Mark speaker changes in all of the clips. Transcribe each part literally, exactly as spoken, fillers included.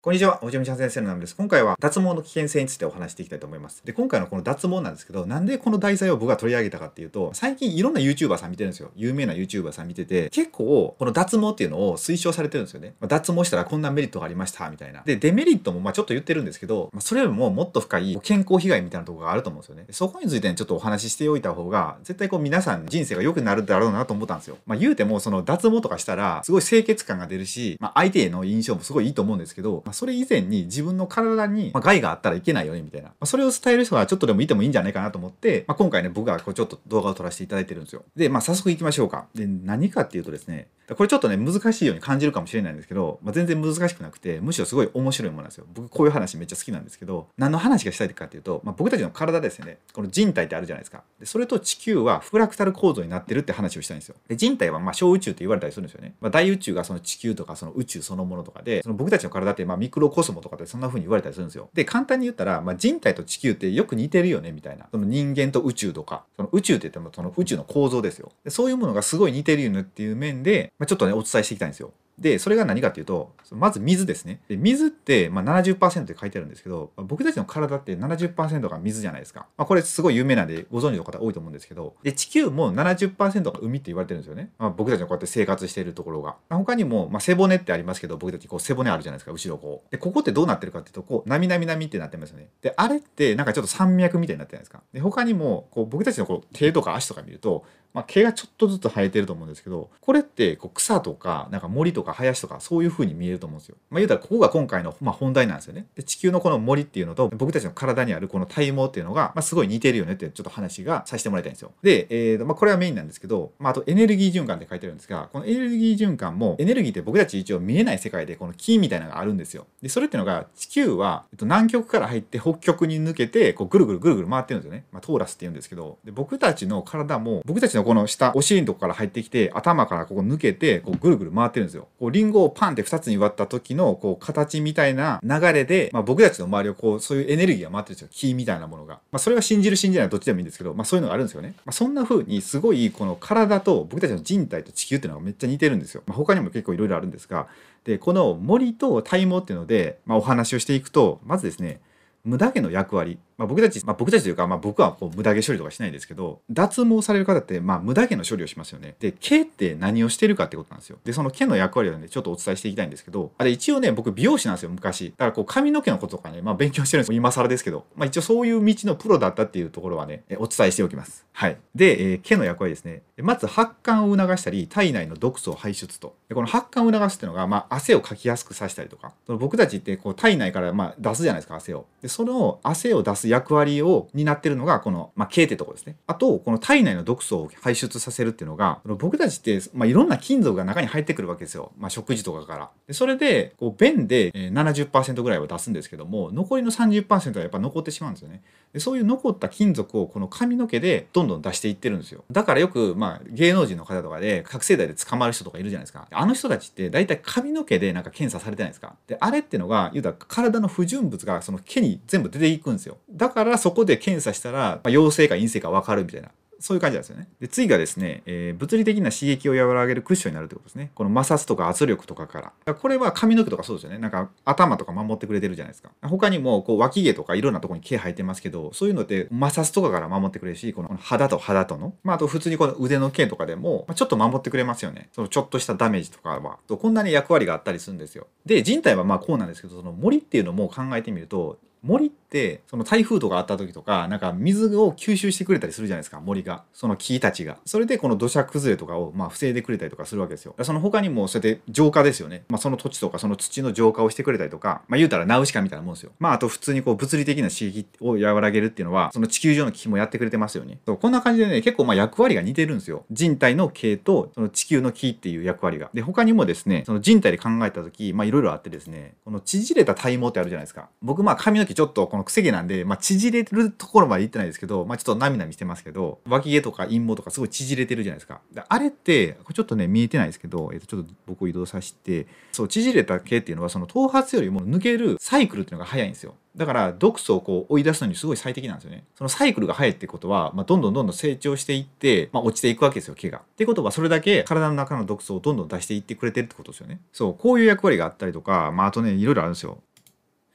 Speaker 1: こんにちは、おじみちゃん先生のナムです。今回は脱毛の危険性についてお話していきたいと思います。で、今回のこの脱毛なんですけど、なんでこの題材を僕が取り上げたかっていうと、最近いろんな YouTuber さん見てるんですよ。有名な YouTuber さん見てて、結構この脱毛っていうのを推奨されてるんですよね。まあ、脱毛したらこんなメリットがありました、みたいな。で、デメリットもまあちょっと言ってるんですけど、まあ、それよりももっと深い健康被害みたいなところがあると思うんですよね。そこについて、ね、ちょっとお話ししておいた方が、絶対こう皆さん人生が良くなるだろうなと思ったんですよ。まあ言うても、その脱毛とかしたら、すごい清潔感が出るし、まあ相手への印象もすごいいいと思うんですけど、まあ、それ以前に自分の体に害があったらいけないよねみたいな、まあ、それを伝える人がちょっとでもいてもいいんじゃないかなと思って、まあ、今回ね僕がこうちょっと動画を撮らせていただいてるんですよ。で、まあ、早速いきましょうか。で、何かっていうとですね、これちょっとね難しいように感じるかもしれないんですけど、まあ、全然難しくなくて、むしろすごい面白いものなんですよ。僕こういう話めっちゃ好きなんですけど、何の話がしたいかっていうと、まあ、僕たちの体ですよね。この人体ってあるじゃないですか。でそれと地球はフラクタル構造になってるって話をしたいんですよ。で人体はまあ小宇宙って言われたりするんですよね。まあ、大宇宙がその地球とかその宇宙そのものとかで、その僕たちの体ってまあミクロコスモとかでそんな風に言われたりするんですよ。で簡単に言ったら、まあ、人体と地球ってよく似てるよねみたいな、その人間と宇宙とか、その宇宙って言ってもその宇宙の構造ですよ。でそういうものがすごい似てるよねっていう面で、まあ、ちょっとねお伝えしていきたいんですよ。でそれが何かっていうと、まず水ですね。で水ってまあ ななじゅっパーセント って書いてあるんですけど、僕たちの体って ななじゅっパーセント が水じゃないですか。まあ、これすごい有名なんでご存知の方多いと思うんですけど、で地球も ななじゅっパーセント が海って言われてるんですよね。まあ、僕たちのこうやって生活しているところが、まあ、他にも、まあ、背骨ってありますけど、僕たちこう背骨あるじゃないですか、後ろこうで、ここってどうなってるかっていうと、こうなみなみなみってなってますよね。であれってなんかちょっと山脈みたいになってるじゃないですか。で他にもこう僕たちのこう手とか足とか見ると、まあ、毛がちょっとずつ生えてると思うんですけど、これってこう草とかなんか森とか林とかそういう風に見えると思うんですよ。まあ言うたらここが今回のまあ本題なんですよね。で地球のこの森っていうのと僕たちの体にあるこの体毛っていうのがまあすごい似てるよねってちょっと話がさせてもらいたいんですよ。で、えーとまあ、これはメインなんですけど、まあ、あとエネルギー循環って書いてあるんですが、このエネルギー循環もエネルギーって僕たち一応見えない世界でこの木みたいなのがあるんですよ。でそれっていうのが地球は、えっと、南極から入って北極に抜けてこうぐるぐるぐるぐる回ってるんですよね。まあ、トーラスって言うんですけど、で僕たちの体も僕たちのこの下お尻のとこから入ってきて頭からここ抜けてこうぐるぐる回ってるんですよ。こうリンゴをパンってふたつに割った時のこう形みたいな流れで、まあ、僕たちの周りをこうそういうエネルギーが回ってるんですよ。木みたいなものが、まあ、それは信じる信じないどっちでもいいんですけど、まあ、そういうのがあるんですよね。まあ、そんな風にすごいこの体と僕たちの人体と地球っていうのがめっちゃ似てるんですよ。まあ、他にも結構いろいろあるんですが、でこの森と体毛っていうので、まあ、お話をしていくと、まずですね、ムダ毛の役割、まあ、僕たち、まあ、僕たちというか、まあ、僕はこうムダ毛処理とかしないんですけど、脱毛される方って、まあ、ムダ毛の処理をしますよね。で毛って何をしてるかってことなんですよ。でその毛の役割をねちょっとお伝えしていきたいんですけど、あれ一応ね僕美容師なんですよ昔。だからこう髪の毛のこととかね、まあ、勉強してるんですよ今更ですけど、まあ、一応そういう道のプロだったっていうところはねお伝えしておきます。はい。で、えー、毛の役割ですね。まず発汗を促したり体内の毒素を排出と。でこの発汗を促すっていうのが、まあ、汗をかきやすくさせたりとか、その僕たちってこう体内からまあ出すじゃないですか、汗を。でその汗を出す役割を担ってるのがこの、まあ、毛ってとこですね。あとこの体内の毒素を排出させるっていうのが、僕たちって、まあ、いろんな金属が中に入ってくるわけですよ。まあ、食事とかから。でそれでこう便で ななじゅっパーセント ぐらいは出すんですけども、残りの さんじゅっパーセント はやっぱ残ってしまうんですよね。でそういう残った金属をこの髪の毛でどんどん出していってるんですよ。だからよく、まあ、芸能人の方とかで覚醒剤で捕まる人とかいるじゃないですか。あの人たちって大体髪の毛でなんか検査されてないですか。であれってのが言うたら体の不純物がその毛に全部出ていくんですよ。だからそこで検査したら、まあ、陽性か陰性か分かるみたいな、そういう感じなんですよね。で次がですね、えー、物理的な刺激を和らげるクッションになるってことですね。この摩擦とか圧力とかから。これは髪の毛とかそうですよね。なんか頭とか守ってくれてるじゃないですか。他にもこう脇毛とかいろんなところに毛生えてますけど、そういうのって摩擦とかから守ってくれるし、この肌と肌との、まあ、あと普通にこの腕の毛とかでもちょっと守ってくれますよね。そのちょっとしたダメージとかはこんなに役割があったりするんですよ。で人体はまあこうなんですけど、その森っていうのも考えてみると、森ってその台風とかあった時とかなんか水を吸収してくれたりするじゃないですか、森が、その木たちが。それでこの土砂崩れとかをまあ防いでくれたりとかするわけですよ。その他にもそうやって浄化ですよね。まあ、その土地とかその土の浄化をしてくれたりとか、まあ言うたらナウシカみたいなもんですよ。まああと普通にこう物理的な刺激を和らげるっていうのはその地球上の木もやってくれてますよね。そうこんな感じでね結構まあ役割が似てるんですよ。人体の毛とその地球の木っていう役割が。で他にもですね、その人体で考えた時まあいろいろあってですね、この縮れた体毛ってあるじゃないですか。僕まあ髪の毛ちょっとこのくせ毛なんで、まあ、縮れるところまでいってないですけど、まあ、ちょっとなみなみしてますけど、脇毛とか陰毛とかすごい縮れてるじゃないですか。であれってちょっとね見えてないですけど、えっと、ちょっと僕を移動させて、そう縮れた毛っていうのはその頭髪よりも抜けるサイクルっていうのが早いんですよ。だから毒素をこう追い出すのにすごい最適なんですよね。そのサイクルが早いってことは、まあ、どんどんどんどん成長していって、まあ、落ちていくわけですよ、毛が。ってことはそれだけ体の中の毒素をどんどん出していってくれてるってことですよね。そうこういう役割があったりとか、まあ、あとねいろいろあるんですよ。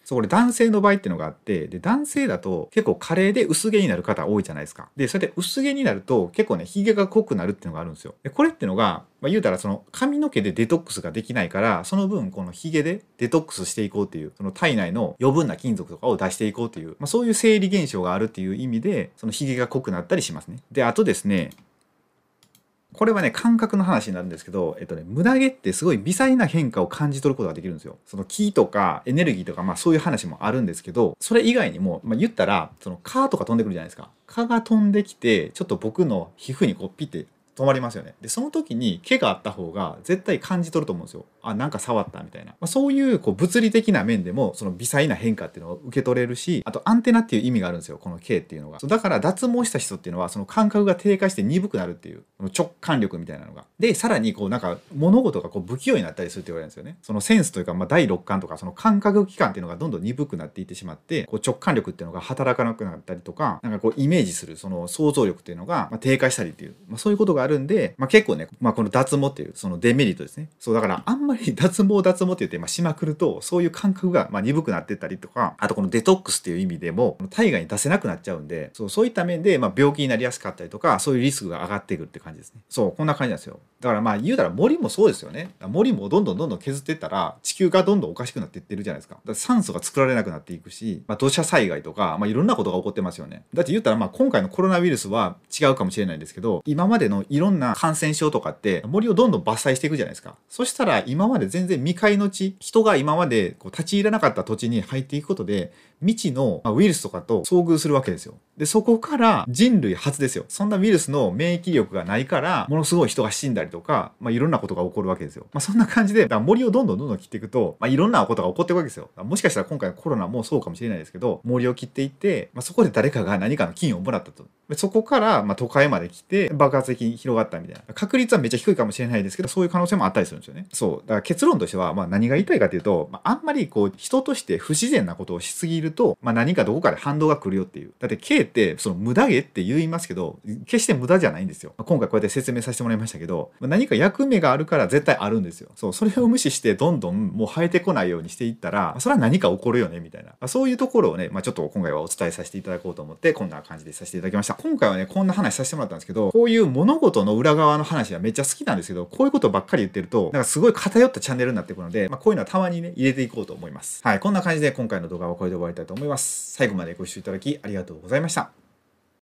Speaker 1: そう、これ男性の場合っていうのがあって、で、男性だと結構加齢で薄毛になる方多いじゃないですか。で、それで薄毛になると結構ね、髭が濃くなるっていうのがあるんですよ。で、これっていうのが、まあ、言うたらその髪の毛でデトックスができないから、その分この髭でデトックスしていこうっていう、その体内の余分な金属とかを出していこうっていう、まあ、そういう生理現象があるっていう意味で、その髭が濃くなったりしますね。で、あとですね、これはね、感覚の話になるんですけど、えっとね、ムダ毛ってすごい微細な変化を感じ取ることができるんですよ。その気とかエネルギーとか、まあそういう話もあるんですけど、それ以外にも、まあ言ったら、その蚊とか飛んでくるじゃないですか。蚊が飛んできて、ちょっと僕の皮膚にこうピッて止まりますよね。で、その時に毛があった方が絶対感じ取ると思うんですよ。あ、なんか触ったみたいな。まあ、そういうこう物理的な面でも、その微細な変化っていうのを受け取れるし、あとアンテナっていう意味があるんですよ。この毛っていうのが。そうだから脱毛した人っていうのは、その感覚が低下して鈍くなるっていう、その直感力みたいなのが。で、さらにこうなんか物事がこう不器用になったりするって言われるんですよね。そのセンスというか、まあ第六感とか、その感覚器官っていうのがどんどん鈍くなっていってしまって、こう直感力っていうのが働かなくなったりとか、なんかこうイメージするその想像力っていうのがまあ低下したりっていう、まあそういうことがあるんで、まあ結構ね、まあこの脱毛っていうそのデメリットですね。そうだからあんまり脱毛脱毛って言ってまあしまくると、そういう感覚がまあ鈍くなってったりとか、あとこのデトックスっていう意味でも体外に出せなくなっちゃうんで、そうそういった面でまあ病気になりやすかったりとか、そういうリスクが上がっていくって感じですね。そうこんな感じなんですよ。だからまあ言うたら森もそうですよね。森もどんどんどんどん削っていったら地球がどんどんおかしくなっていってるじゃないですか。だから酸素が作られなくなっていくし、まあ、土砂災害とか、まあ、いろんなことが起こってますよね。だって言ったらまあ今回のコロナウイルスは違うかもしれないんですけど、今までのいろんな感染症とかって森をどんどん伐採していくじゃないですか。そしたら今まで全然未開の地、人が今までこう立ち入らなかった土地に入っていくことで未知のウイルスとかと遭遇するわけですよ。で、そこから人類初ですよ。そんなウイルスの免疫力がないから、ものすごい人が死んだりとか、まあ、いろんなことが起こるわけですよ。まあ、そんな感じで、だから森をどんどんどんどん切っていくと、まあ、いろんなことが起こっていくわけですよ。もしかしたら今回のコロナもそうかもしれないですけど、森を切っていって、まあ、そこで誰かが何かの菌をもらったと。そこから、まあ、都会まで来て、爆発的に広がったみたいな。確率はめっちゃ低いかもしれないですけど、そういう可能性もあったりするんですよね。そう。だから結論としては、まあ、何が言いたいかというと、まあ、あんまりこう、人として不自然なことをしすぎると、まあ、何かどこかで反動が来るよっていう。だって、K って、その無駄毛って言いますけど、決して無駄じゃないんですよ。今回こうやって説明させてもらいましたけど、何か役目があるから絶対あるんですよ。そう、それを無視してどんどんもう生えてこないようにしていったら、それは何か起こるよね、みたいな。そういうところをね、まあ、ちょっと今回はお伝えさせていただこうと思って、こんな感じでさせていただきました。今回はね、こんな話させてもらったんですけど、こういう物事の裏側の話はめっちゃ好きなんですけど、こういうことばっかり言ってると、なんかすごい偏ったチャンネルになってくるので、まあ、こういうのはたまにね、入れていこうと思います。はい、こんな感じで今回の動画はこれで終わりたいと思います。最後までご視聴いただきありがとうございました。